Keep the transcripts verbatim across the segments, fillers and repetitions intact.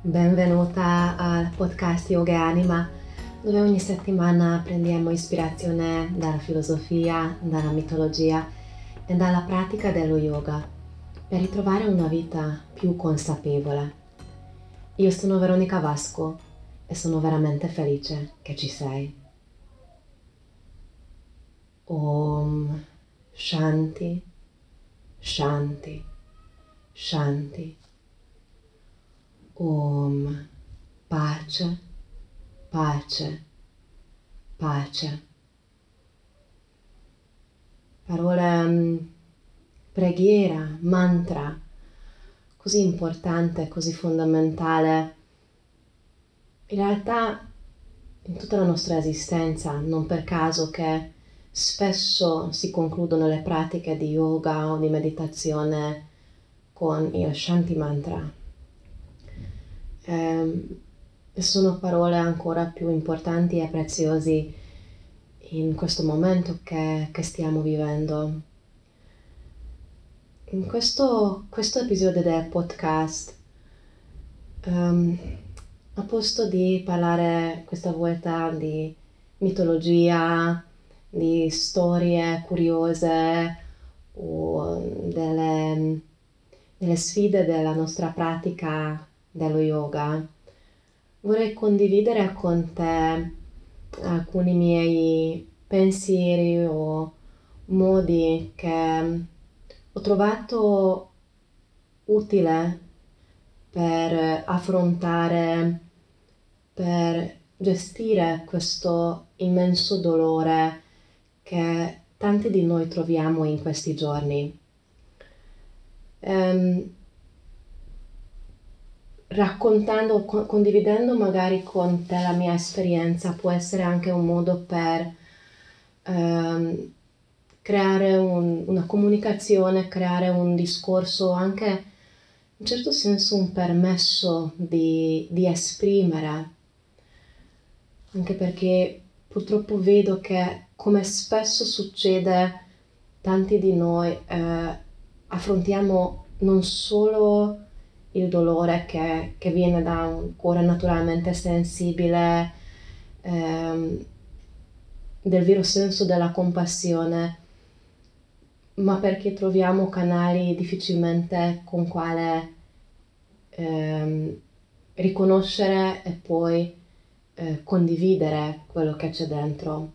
Benvenuta al podcast Yoga e Anima, dove ogni settimana prendiamo ispirazione dalla filosofia, dalla mitologia e dalla pratica dello yoga per ritrovare una vita più consapevole. Io sono Veronica Vasco e sono veramente felice che ci sei. Om Shanti, Shanti, Shanti. Om pace, pace, pace. Parole, um, preghiera, mantra, così importante, così fondamentale. In realtà in tutta la nostra esistenza, non per caso che spesso si concludono le pratiche di yoga o di meditazione con il Shanti Mantra. E sono parole ancora più importanti e preziosi in questo momento che, che stiamo vivendo. In questo, questo episodio del podcast, um, a posto di parlare questa volta di mitologia, di storie curiose o delle, delle sfide della nostra pratica dello yoga, vorrei condividere con te alcuni miei pensieri o modi che ho trovato utile per affrontare, per gestire questo immenso dolore che tanti di noi troviamo in questi giorni. Um, Raccontando, co- condividendo magari con te la mia esperienza può essere anche un modo per ehm, creare un- una comunicazione, creare un discorso, anche in un certo senso un permesso di, di esprimere, anche perché purtroppo vedo che, come spesso succede, tanti di noi eh, affrontiamo non solo il dolore che, che viene da un cuore naturalmente sensibile, ehm, del vero senso della compassione, ma perché troviamo canali difficilmente con quale ehm, riconoscere e poi eh, condividere quello che c'è dentro.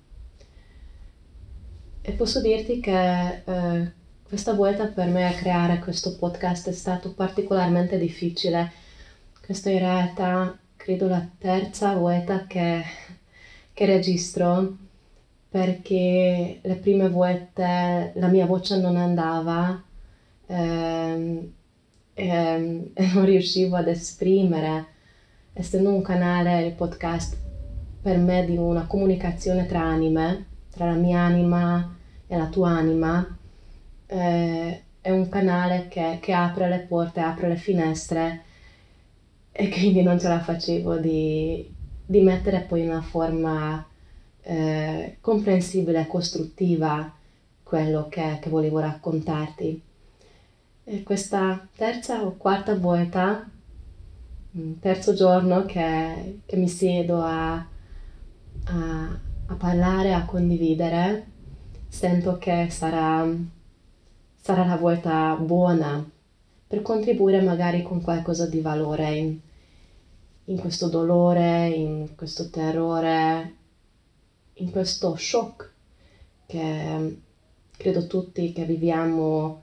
E posso dirti che eh, questa volta per me creare questo podcast è stato particolarmente difficile. Questa in realtà credo la terza volta che, che registro, perché le prime volte la mia voce non andava ehm, ehm, e non riuscivo ad esprimere, essendo un canale, il podcast, per me di una comunicazione tra anime, tra la mia anima e la tua anima, eh, è un canale che, che apre le porte, apre le finestre, e quindi non ce la facevo di, di mettere poi in una forma eh, comprensibile e costruttiva quello che, che volevo raccontarti. E questa terza o quarta volta, terzo giorno che, che mi siedo a, a, a parlare, a condividere, sento che sarà, sarà la volta buona per contribuire magari con qualcosa di valore in, in questo dolore, in questo terrore, in questo shock che credo tutti che viviamo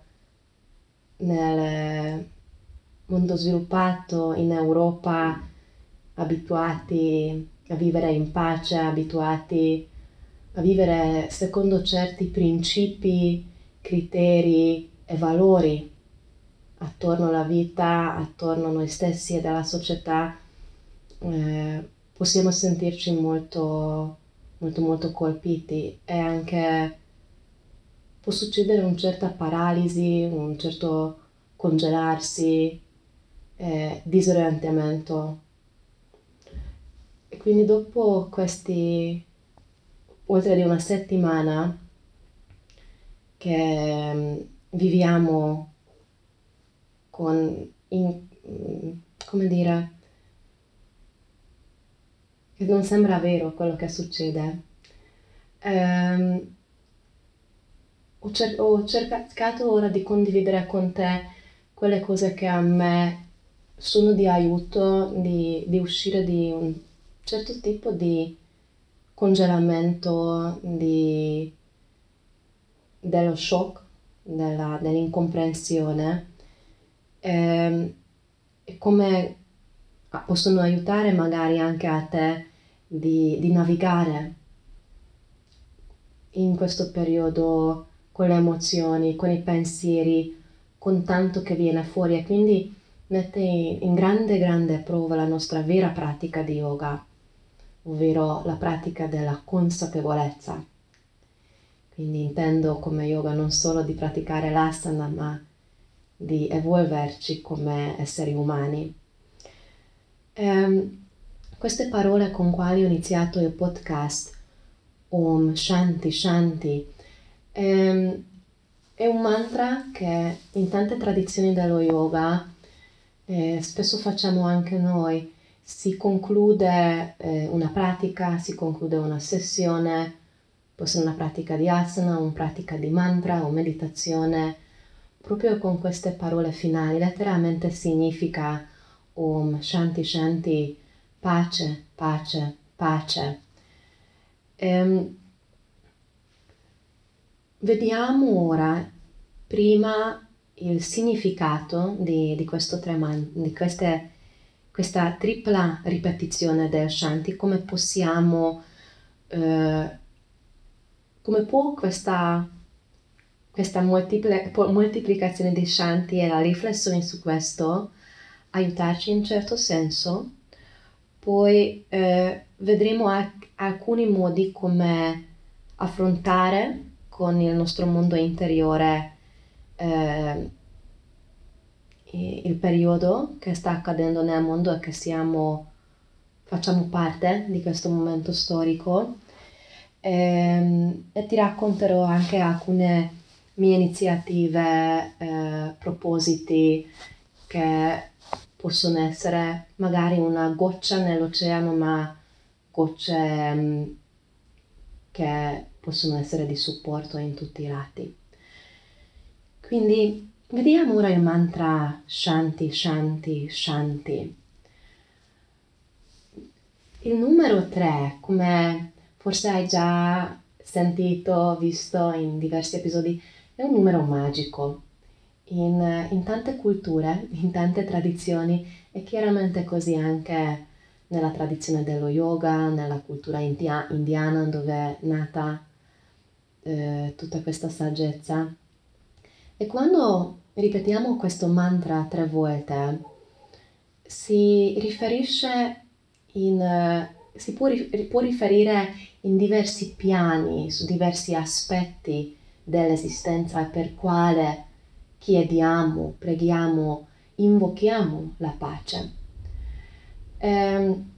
nel mondo sviluppato, in Europa, abituati a vivere in pace, abituati a vivere secondo certi principi, criteri e valori attorno alla vita, attorno a noi stessi e alla società, eh, possiamo sentirci molto, molto, molto colpiti, e anche può succedere una certa paralisi, un certo congelarsi, eh, disorientamento. E quindi dopo questi, oltre di una settimana che mm, viviamo con, in, mm, come dire, che non sembra vero quello che succede. Ehm, ho, cer- ho cercato ora di condividere con te quelle cose che a me sono di aiuto, di, di uscire di un certo tipo di congelamento, di, dello shock, della- dell'incomprensione, ehm, e come possono aiutare magari anche a te di, di navigare in questo periodo con le emozioni, con i pensieri, con tanto che viene fuori, e quindi mette in grande grande prova la nostra vera pratica di yoga, ovvero la pratica della consapevolezza. Quindi intendo come yoga non solo di praticare l'asana, ma di evolverci come esseri umani. Ehm, queste parole con quali ho iniziato il podcast, Om Shanti Shanti, ehm, è un mantra che in tante tradizioni dello yoga, eh, spesso facciamo anche noi. Si conclude eh, una pratica, si conclude una sessione, può essere una pratica di asana, una pratica di mantra o meditazione, proprio con queste parole finali. Letteralmente significa Om Shanti Shanti, pace, pace, pace. Ehm, Vediamo ora prima il significato di, di, questo tre man- di queste, questa tripla ripetizione del Shanti, come possiamo, eh, come può questa, questa moltiple- po- moltiplicazione di Shanti e la riflessione su questo aiutarci in un certo senso. Poi eh, vedremo alc- alcuni modi come affrontare con il nostro mondo interiore eh, il periodo che sta accadendo nel mondo e che siamo, facciamo parte di questo momento storico. E, e ti racconterò anche alcune mie iniziative, eh, propositi che possono essere magari una goccia nell'oceano, ma gocce mh, che possono essere di supporto in tutti i lati. Quindi vediamo ora il mantra Shanti, Shanti, Shanti. Il numero tre, come forse hai già sentito, visto in diversi episodi, è un numero magico. In, in tante culture, in tante tradizioni, e chiaramente così anche nella tradizione dello yoga, nella cultura india- indiana dove è nata eh, tutta questa saggezza. E quando ripetiamo questo mantra tre volte, si riferisce in, eh, si può, ri- può riferire in diversi piani, su diversi aspetti dell'esistenza per quale chiediamo, preghiamo, invochiamo la pace. Ehm,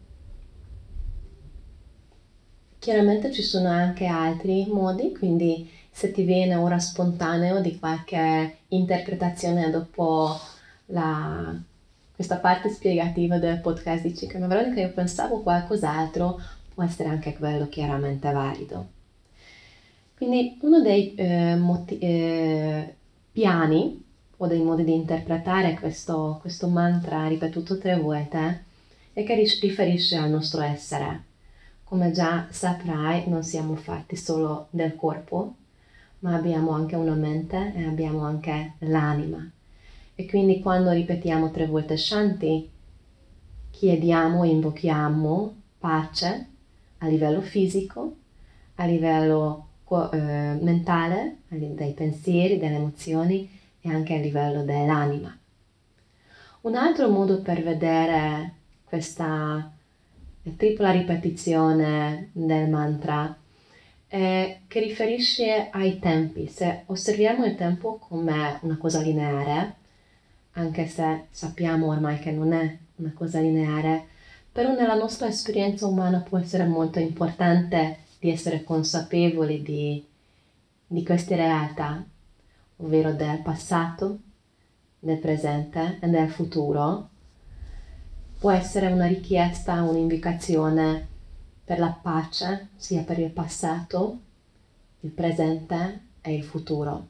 Chiaramente ci sono anche altri modi, quindi se ti viene ora spontaneo di qualche interpretazione dopo la, questa parte spiegativa del podcast, dici che ma Veronica io pensavo qualcos'altro, può essere anche quello chiaramente valido. Quindi uno dei eh, moti- eh, piani o dei modi di interpretare questo, questo mantra ripetuto tre volte è che ri- riferisce al nostro essere. Come già saprai, non siamo fatti solo del corpo, ma abbiamo anche una mente e abbiamo anche l'anima. E quindi quando ripetiamo tre volte Shanti, chiediamo, invochiamo pace a livello fisico, a livello eh, mentale, dei pensieri, delle emozioni e anche a livello dell'anima. Un altro modo per vedere questa tripla ripetizione del mantra eh, che riferisce ai tempi. Se osserviamo il tempo come una cosa lineare, anche se sappiamo ormai che non è una cosa lineare, però nella nostra esperienza umana può essere molto importante di essere consapevoli di, di queste realtà, ovvero del passato, del presente e del futuro. Può essere una richiesta, un'indicazione per la pace, sia per il passato, il presente e il futuro.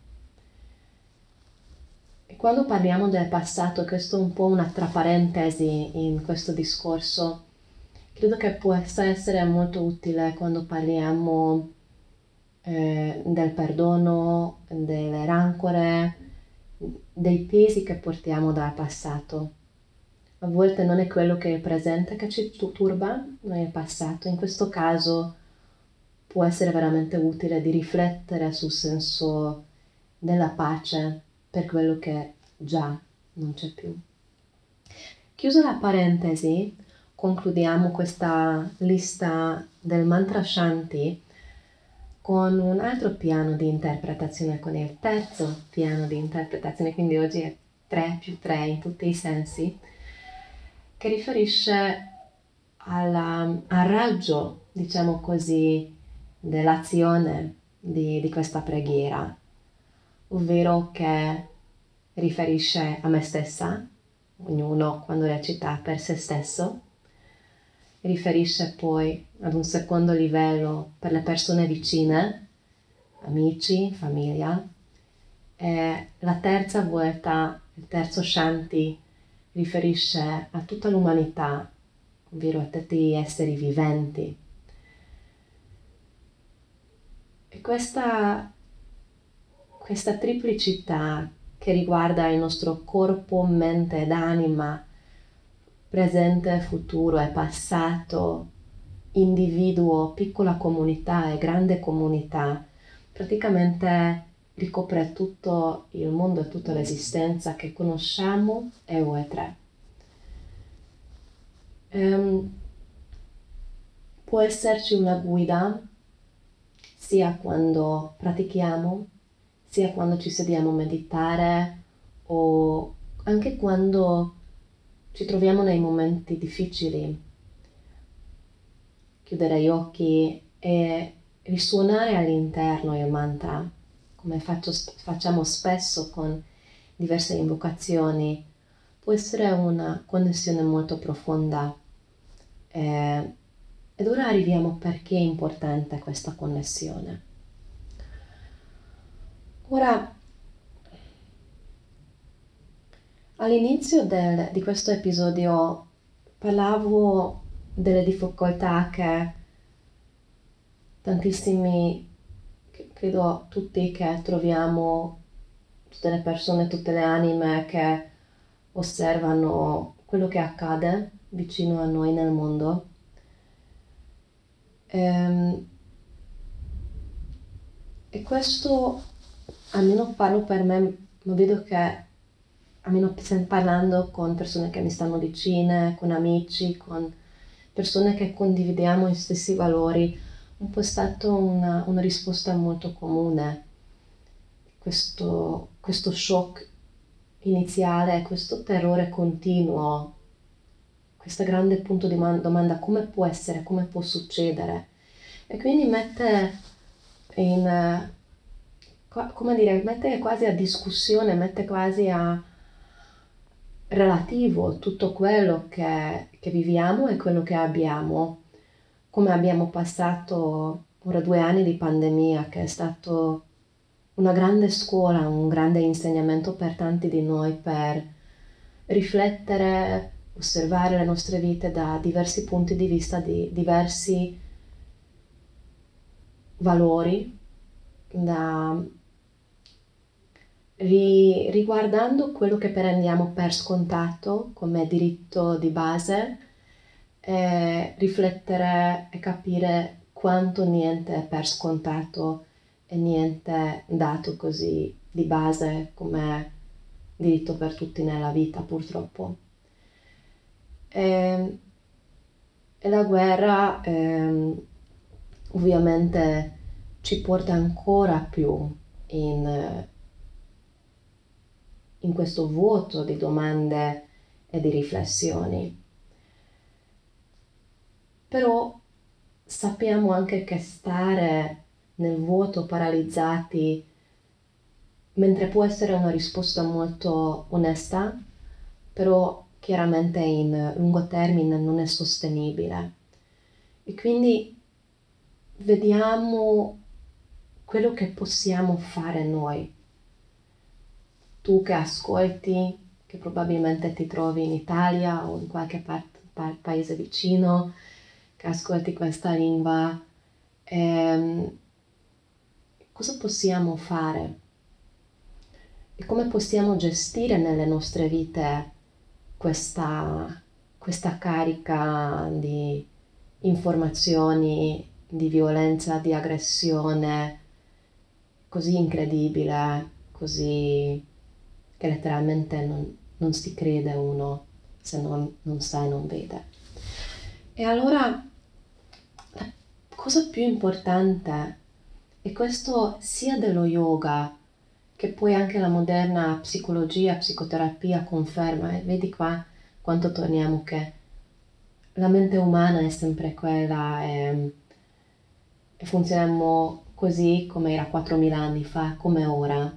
E quando parliamo del passato, questo è un po' una tra parentesi in questo discorso, credo che possa essere molto utile quando parliamo eh, del perdono, delle rancore, dei pesi che portiamo dal passato. A volte non è quello che è il presente che ci turba, ma è il passato. In questo caso può essere veramente utile di riflettere sul senso della pace per quello che già non c'è più. Chiusa la parentesi, concludiamo questa lista del mantra Shanti con un altro piano di interpretazione, con il terzo piano di interpretazione, quindi oggi è tre più tre in tutti i sensi, che riferisce alla, al raggio, diciamo così, dell'azione di, di questa preghiera, ovvero che riferisce a me stessa, ognuno quando recita per se stesso, riferisce poi ad un secondo livello per le persone vicine, amici, famiglia, e la terza volta, il terzo Shanti, riferisce a tutta l'umanità, ovvero a tutti gli esseri viventi. E questa, questa triplicità che riguarda il nostro corpo, mente ed anima, presente, futuro e passato, individuo, piccola comunità e grande comunità, praticamente ricopre tutto il mondo e tutta l'esistenza che conosciamo e oltre. Um, può esserci una guida sia quando pratichiamo, sia quando ci sediamo a meditare o anche quando ci troviamo nei momenti difficili. Chiudere gli occhi e risuonare all'interno il mantra, come faccio, facciamo spesso con diverse invocazioni, può essere una connessione molto profonda. Eh, ed ora arriviamo perché è importante questa connessione. Ora, all'inizio del, di questo episodio parlavo delle difficoltà che tantissimi, credo tutti che troviamo, tutte le persone, tutte le anime che osservano quello che accade vicino a noi nel mondo. E, e questo, almeno parlo per me, ma vedo che almeno parlando con persone che mi stanno vicine, con amici, con persone che condividiamo gli stessi valori, un po' è stata una, una risposta molto comune. Questo, questo shock iniziale, questo terrore continuo, questo grande punto di domanda, come può essere, come può succedere? E quindi mette in, come dire, mette quasi a discussione, mette quasi a relativo tutto quello che, che viviamo e quello che abbiamo, come abbiamo passato ora due anni di pandemia, che è stato una grande scuola, un grande insegnamento per tanti di noi per riflettere, osservare le nostre vite da diversi punti di vista, di diversi valori, da ri, riguardando quello che prendiamo per scontato come diritto di base, e riflettere e capire quanto niente è per scontato e niente dato così di base come diritto per tutti nella vita, purtroppo. E, e la guerra eh, ovviamente ci porta ancora più in, in questo vuoto di domande e di riflessioni. Però sappiamo anche che stare nel vuoto paralizzati, mentre può essere una risposta molto onesta, però chiaramente in lungo termine non è sostenibile. E quindi vediamo quello che possiamo fare noi. Tu che ascolti, che probabilmente ti trovi in Italia o in qualche pa- pa- paese vicino, che ascolti questa lingua, ehm, cosa possiamo fare? E come possiamo gestire nelle nostre vite questa, questa carica di informazioni, di violenza, di aggressione così incredibile, così che letteralmente non, non si crede uno se non, non sa e non vede. E allora la cosa più importante, e questo sia dello yoga che poi anche la moderna psicologia, psicoterapia conferma, e vedi qua quanto torniamo che la mente umana è sempre quella e, e funzioniamo così come era quattromila anni fa, come ora,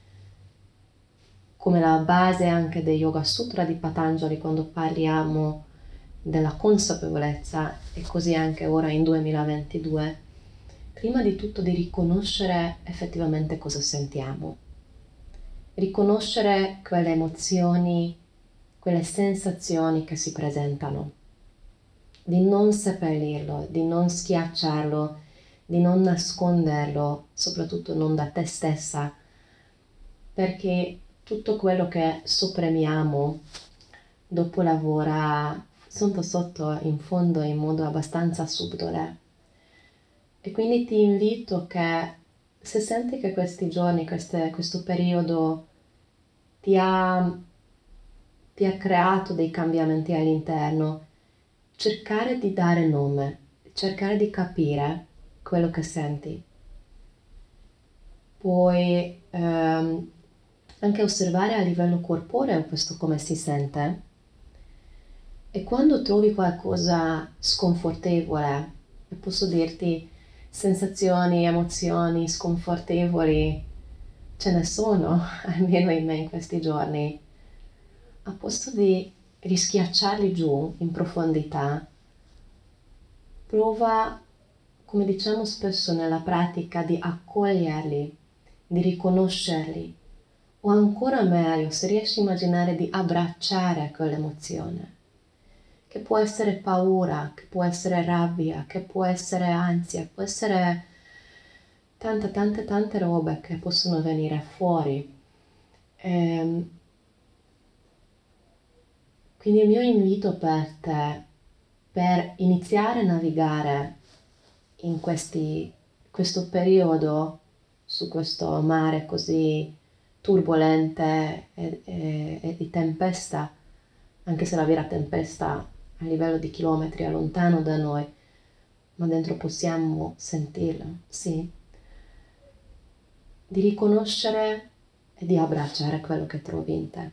come la base anche dei Yoga Sutra di Patanjali quando parliamo della consapevolezza e così anche ora in duemilaventidue, prima di tutto di riconoscere effettivamente cosa sentiamo, riconoscere quelle emozioni, quelle sensazioni che si presentano, di non seppellirlo, di non schiacciarlo, di non nasconderlo, soprattutto non da te stessa, perché tutto quello che sopprimiamo dopo lavora sotto sotto in fondo in modo abbastanza subdole. E quindi ti invito che se senti che questi giorni, queste, questo periodo ti ha, ti ha creato dei cambiamenti all'interno, cercare di dare nome, cercare di capire quello che senti. Puoi ehm, anche osservare a livello corporeo questo come si sente. E quando trovi qualcosa sconfortevole, e posso dirti sensazioni, emozioni sconfortevoli, ce ne sono, almeno in me in questi giorni, a posto di rischiacciarli giù in profondità, prova, come diciamo spesso nella pratica, di accoglierli, di riconoscerli, o ancora meglio, se riesci a immaginare di abbracciare quell'emozione, che può essere paura, che può essere rabbia, che può essere ansia, può essere tante tante tante robe che possono venire fuori. Ehm, quindi il mio invito per te, per iniziare a navigare in questi, questo periodo, su questo mare così turbolente e, e, e di tempesta, anche se la vera tempesta a livello di chilometri è lontano da noi, ma dentro possiamo sentirla, sì, di riconoscere e di abbracciare quello che trovi in te.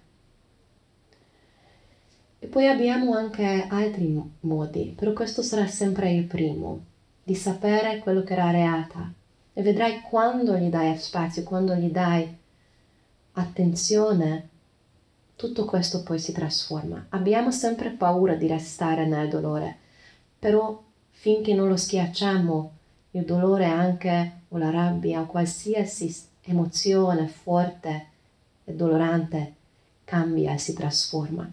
E poi abbiamo anche altri modi, però questo sarà sempre il primo, di sapere quello che era realtà. E vedrai quando gli dai spazio, quando gli dai attenzione, tutto questo poi si trasforma. Abbiamo sempre paura di restare nel dolore, però finché non lo schiacciamo, il dolore anche, o la rabbia, o qualsiasi emozione forte e dolorante, cambia e si trasforma.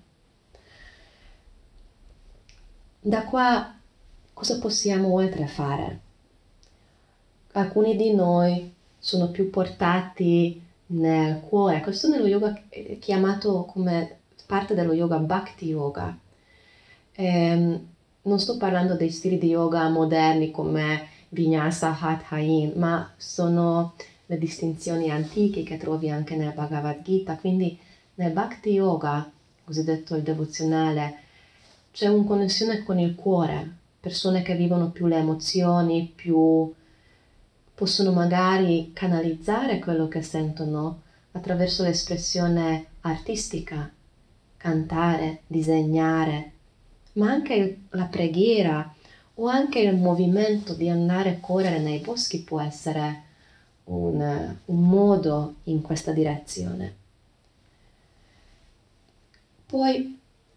Da qua cosa possiamo oltre fare? Alcuni di noi sono più portati nel cuore, questo nello yoga è chiamato come parte dello yoga Bhakti Yoga. Ehm, non sto parlando dei stili di yoga moderni come Vinyasa, Hatha, Yin, ma sono le distinzioni antiche che trovi anche nel Bhagavad Gita. Quindi nel Bhakti Yoga, cosiddetto il devozionale, c'è una connessione con il cuore, persone che vivono più le emozioni, più possono magari canalizzare quello che sentono attraverso l'espressione artistica, cantare, disegnare, ma anche la preghiera o anche il movimento di andare a correre nei boschi può essere un, un modo in questa direzione. Poi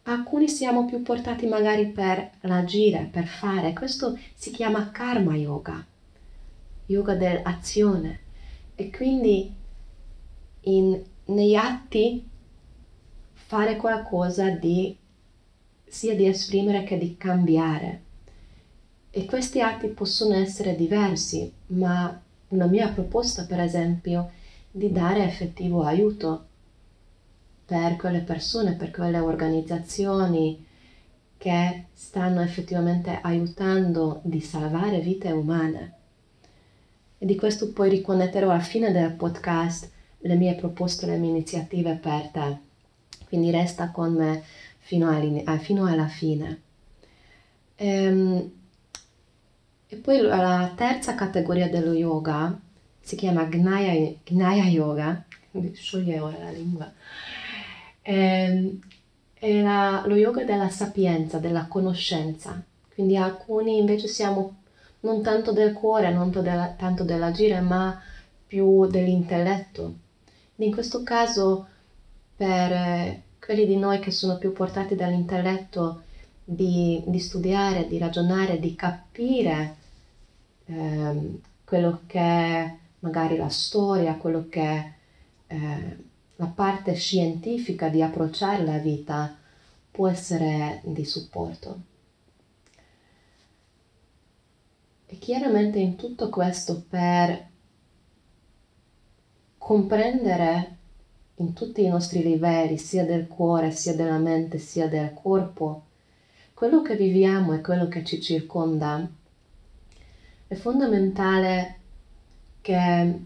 Alcuni siamo più portati magari per l'agire, per fare. Questo si chiama karma yoga, yoga dell'azione. E quindi in, negli atti fare qualcosa di sia di esprimere che di cambiare. E questi atti possono essere diversi, ma una mia proposta, per esempio, di dare effettivo aiuto per quelle persone, per quelle organizzazioni che stanno effettivamente aiutando di salvare vite umane. E di questo poi riconnetterò alla fine del podcast le mie proposte, le mie iniziative per te. Quindi resta con me fino, all fino alla fine. Ehm, e poi la terza categoria dello yoga si chiama Gnaya, Gnaya Yoga, scioglie ora la lingua, ehm, è la, lo yoga della sapienza, della conoscenza. Quindi alcuni invece siamo non tanto del cuore, non della, tanto dell'agire, ma più dell'intelletto. In questo caso, per eh, quelli di noi che sono più portati dall'intelletto, di, di studiare, di ragionare, di capire ehm, quello che è magari la storia, quello che è eh, la parte scientifica di approcciare la vita, può essere di supporto. E chiaramente in tutto questo, per comprendere in tutti i nostri livelli, sia del cuore, sia della mente, sia del corpo, quello che viviamo e quello che ci circonda, è fondamentale che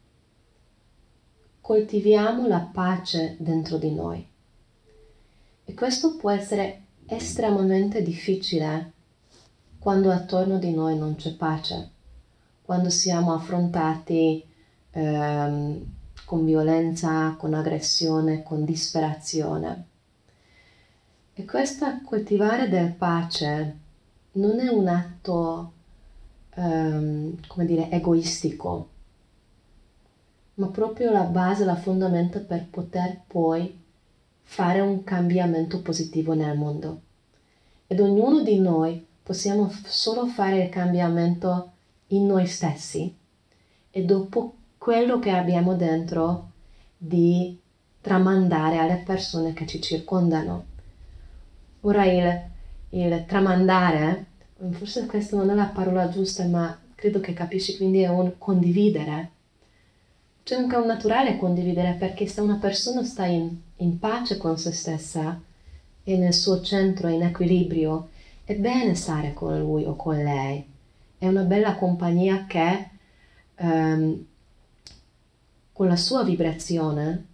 coltiviamo la pace dentro di noi. E questo può essere estremamente difficile quando attorno di noi non c'è pace, quando siamo affrontati ehm, con violenza, con aggressione, con disperazione. E questa coltivare del pace non è un atto, ehm, come dire, egoistico, ma proprio la base, la fondamenta per poter poi fare un cambiamento positivo nel mondo. Ed ognuno di noi possiamo solo fare il cambiamento in noi stessi e dopo quello che abbiamo dentro di tramandare alle persone che ci circondano. Ora il, il tramandare, forse questa non è la parola giusta, ma credo che capisci, quindi è un condividere. C'è anche un naturale condividere, perché se una persona sta in, in pace con se stessa e nel suo centro, in equilibrio, è bene stare con lui o con lei. È una bella compagnia che ehm, con la sua vibrazione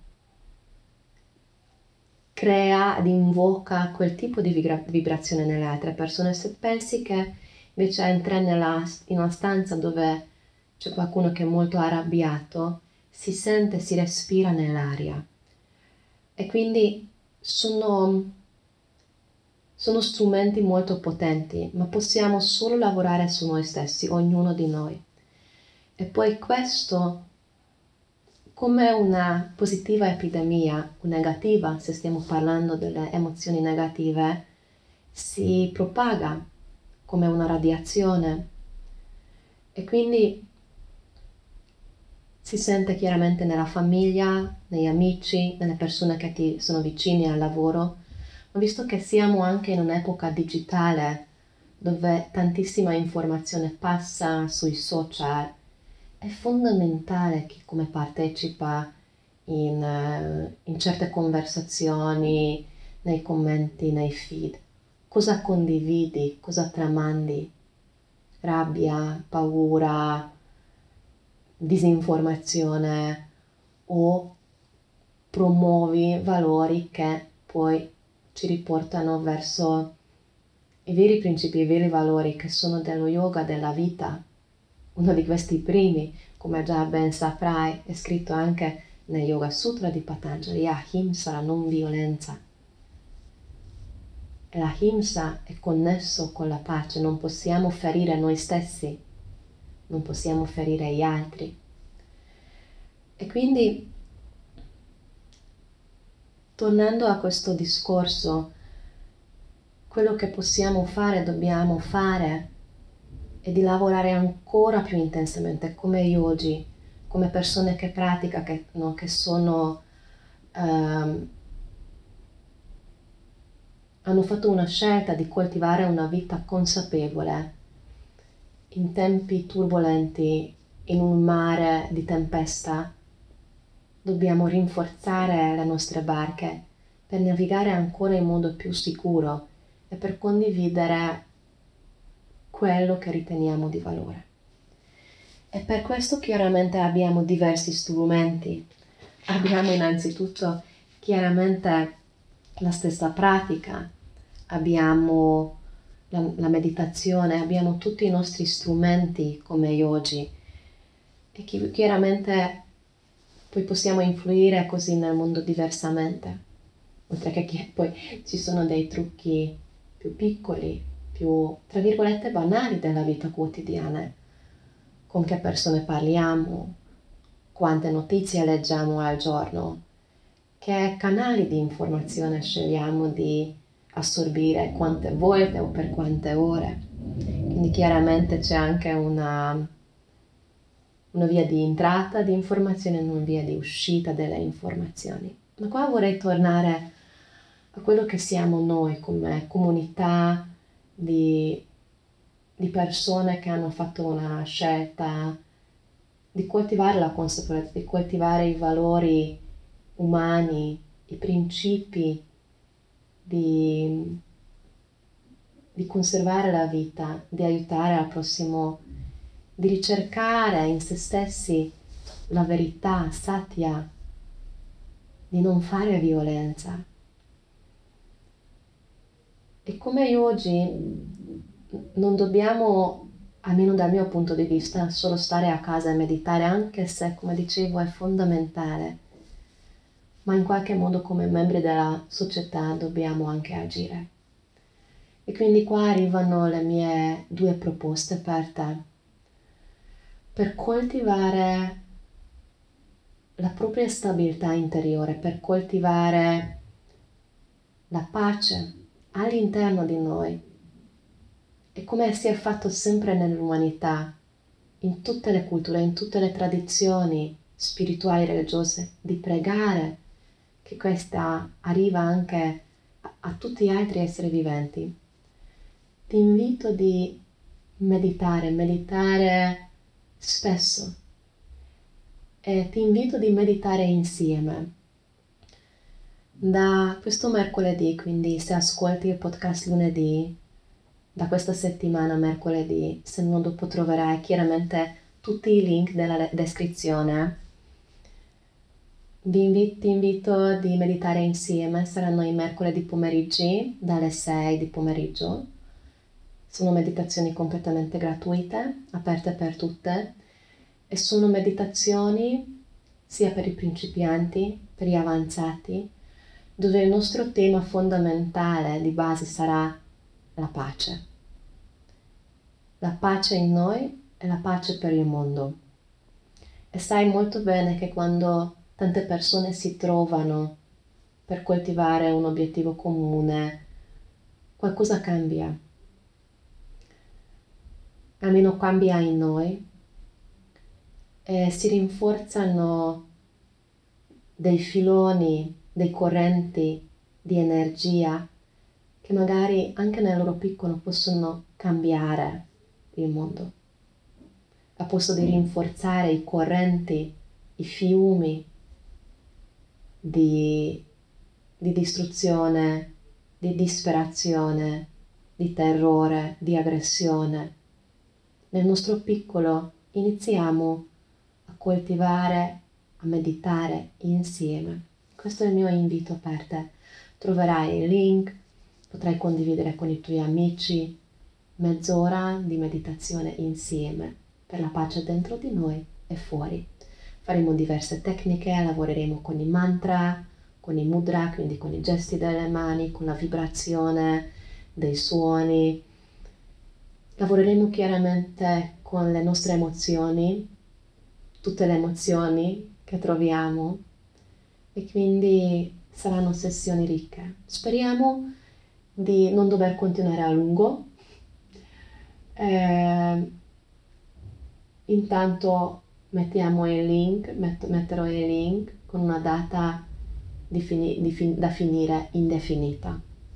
crea ed invoca quel tipo di vibra- vibrazione nelle altre persone. Se pensi che invece entri nella, in una stanza dove c'è qualcuno che è molto arrabbiato, si sente, si respira nell'aria. E quindi sono, sono strumenti molto potenti, ma possiamo solo lavorare su noi stessi, ognuno di noi. E poi questo, come una positiva epidemia o negativa, se stiamo parlando delle emozioni negative, si propaga come una radiazione. E quindi si sente chiaramente nella famiglia, negli amici, nelle persone che ti sono vicine al lavoro, ma visto che siamo anche in un'epoca digitale dove tantissima informazione passa sui social, è fondamentale chi come partecipa in, eh, in certe conversazioni, nei commenti, nei feed, cosa condividi, cosa tramandi, rabbia, paura, disinformazione, o promuovi valori che poi ci riportano verso i veri principi, i veri valori che sono dello yoga della vita. Uno di questi primi, come già ben saprai, è scritto anche nel Yoga Sutra di Patanjali, Ahimsa, la non violenza. E l'Ahimsa è connesso con la pace, non possiamo ferire noi stessi, non possiamo ferire gli altri. E quindi, tornando a questo discorso, quello che possiamo fare, dobbiamo fare, e di lavorare ancora più intensamente come yogi, come persone che praticano, che, no, che sono, um, hanno fatto una scelta di coltivare una vita consapevole in tempi turbolenti, in un mare di tempesta. Dobbiamo rinforzare le nostre barche per navigare ancora in modo più sicuro e per condividere quello che riteniamo di valore. E per questo chiaramente abbiamo diversi strumenti. Abbiamo innanzitutto chiaramente la stessa pratica, abbiamo la, la meditazione, abbiamo tutti i nostri strumenti come yogi e chi, chiaramente poi possiamo influire così nel mondo diversamente, oltre che chi, poi ci sono dei trucchi più piccoli, più tra virgolette banali della vita quotidiana, con che persone parliamo, quante notizie leggiamo al giorno, che canali di informazione scegliamo di assorbire, quante volte o per quante ore. Quindi chiaramente c'è anche una, una via di entrata di informazioni e una via di uscita delle informazioni. Ma qua vorrei tornare a quello che siamo noi come comunità di, di persone che hanno fatto una scelta di coltivare la consapevolezza, di coltivare i valori umani, i principi di, di conservare la vita, di aiutare al prossimo, di ricercare in se stessi la verità, satya, di non fare violenza. E come oggi non dobbiamo, almeno dal mio punto di vista, solo stare a casa e meditare, anche se, come dicevo, è fondamentale, ma in qualche modo come membri della società dobbiamo anche agire. E quindi qua arrivano le mie due proposte per te, per coltivare la propria stabilità interiore, per coltivare la pace all'interno di noi. E come si è fatto sempre nell'umanità, in tutte le culture, in tutte le tradizioni spirituali e religiose, di pregare che questa arriva anche a, a tutti gli altri esseri viventi. Ti invito di meditare, meditare spesso, e ti invito di meditare insieme. Da questo mercoledì, quindi se ascolti il podcast lunedì, da questa settimana mercoledì, se non dopo troverai chiaramente tutti i link nella descrizione. Vi invito, ti invito di meditare insieme, saranno i mercoledì pomeriggi dalle sei di pomeriggio. Sono meditazioni completamente gratuite, aperte per tutte, e sono meditazioni sia per i principianti, per gli avanzati, dove il nostro tema fondamentale di base sarà la pace. La pace in noi e la pace per il mondo. E sai molto bene che quando tante persone si trovano per coltivare un obiettivo comune, qualcosa cambia. Almeno cambia in noi e si rinforzano dei filoni, dei correnti di energia che magari anche nel loro piccolo possono cambiare il mondo. A posto di rinforzare i correnti, i fiumi di, di distruzione, di disperazione, di terrore, di aggressione. Nel nostro piccolo iniziamo a coltivare, a meditare insieme. Questo è il mio invito per te. Troverai il link, potrai condividere con i tuoi amici mezz'ora di meditazione insieme per la pace dentro di noi e fuori. Faremo diverse tecniche, lavoreremo con i mantra, con i mudra, quindi con i gesti delle mani, con la vibrazione dei suoni. Lavoreremo chiaramente con le nostre emozioni, tutte le emozioni che troviamo, e quindi saranno sessioni ricche. Speriamo di non dover continuare a lungo. Eh, intanto mettiamo il link, met- metterò il link con una data di fini- di fin- da finire indefinita.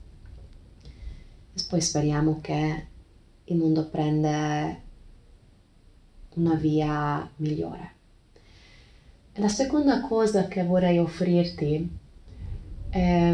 E poi speriamo che il mondo prenda una via migliore. E la seconda cosa che vorrei offrirti è,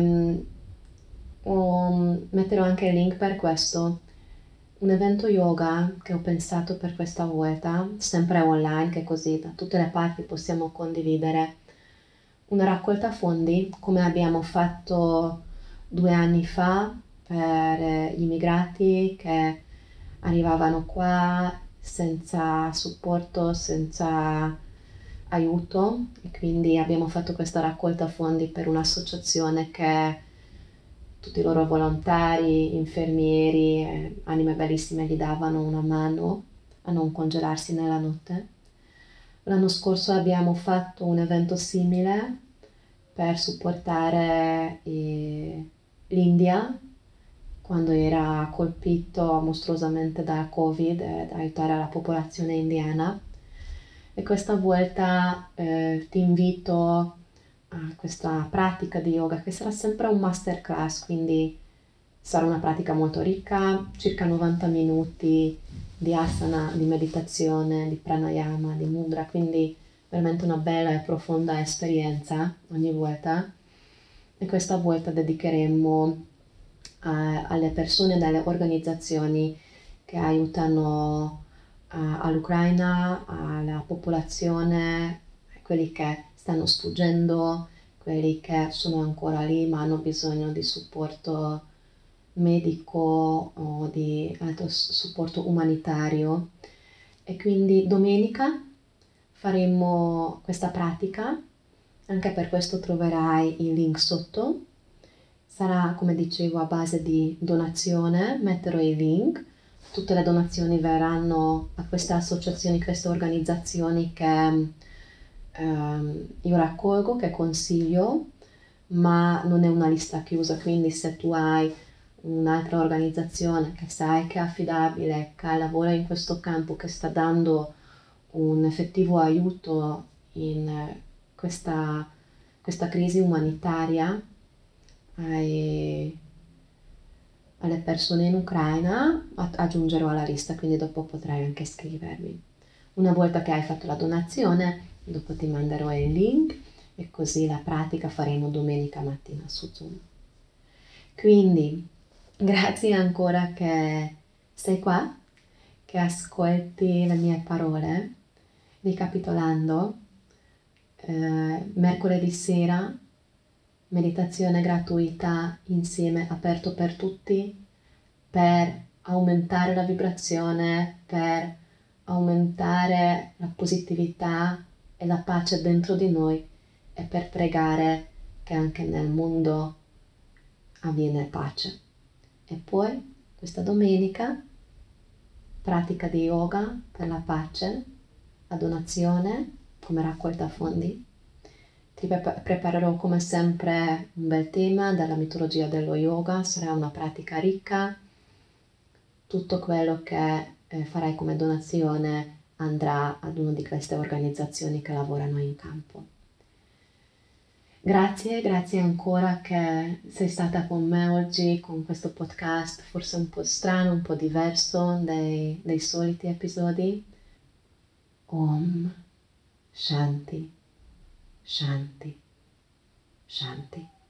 um, metterò anche il link per questo, un evento yoga che ho pensato per questa volta, sempre online, che così da tutte le parti possiamo condividere una raccolta fondi come abbiamo fatto due anni fa per gli immigrati che arrivavano qua senza supporto, senza aiuto, e quindi abbiamo fatto questa raccolta fondi per un'associazione che tutti i loro volontari, infermieri, eh, anime bellissime gli davano una mano a non congelarsi nella notte. L'anno scorso abbiamo fatto un evento simile per supportare eh, l'India quando era colpito mostruosamente da Covid e aiutare la popolazione indiana. E questa volta eh, ti invito a questa pratica di yoga che sarà sempre un masterclass, quindi sarà una pratica molto ricca, circa novanta minuti di asana, di meditazione, di pranayama, di mudra, quindi veramente una bella e profonda esperienza ogni volta. E questa volta dedicheremo a, alle persone e alle organizzazioni che aiutano a, all'Ucraina, alla popolazione, quelli che stanno sfuggendo, quelli che sono ancora lì ma hanno bisogno di supporto medico o di altro supporto umanitario. E quindi domenica faremo questa pratica, anche per questo troverai il link sotto. Sarà, come dicevo, a base di donazione, metterò i link. Tutte le donazioni verranno a queste associazioni, queste organizzazioni che ehm, io raccolgo, che consiglio, ma non è una lista chiusa, quindi se tu hai un'altra organizzazione che sai che è affidabile, che lavora in questo campo, che sta dando un effettivo aiuto in questa, questa crisi umanitaria ai, alle persone in Ucraina, aggiungerò alla lista, quindi dopo potrai anche scrivermi. Una volta che hai fatto la donazione, dopo ti manderò il link e così la pratica faremo domenica mattina su Zoom. Quindi grazie ancora che sei qua, che ascolti le mie parole. Ricapitolando, eh, mercoledì sera, meditazione gratuita insieme, aperto per tutti, per aumentare la vibrazione, per aumentare la positività e la pace dentro di noi e per pregare che anche nel mondo avviene pace. E poi questa domenica pratica di yoga per la pace, a donazione come raccolta fondi. Ti pre- preparerò come sempre un bel tema dalla mitologia dello yoga, sarà una pratica ricca, tutto quello che eh, farai come donazione andrà ad una di queste organizzazioni che lavorano in campo. Grazie, grazie ancora che sei stata con me oggi con questo podcast, forse un po' strano, un po' diverso dei, dei soliti episodi. Om Shanti, Shanti, Shanti.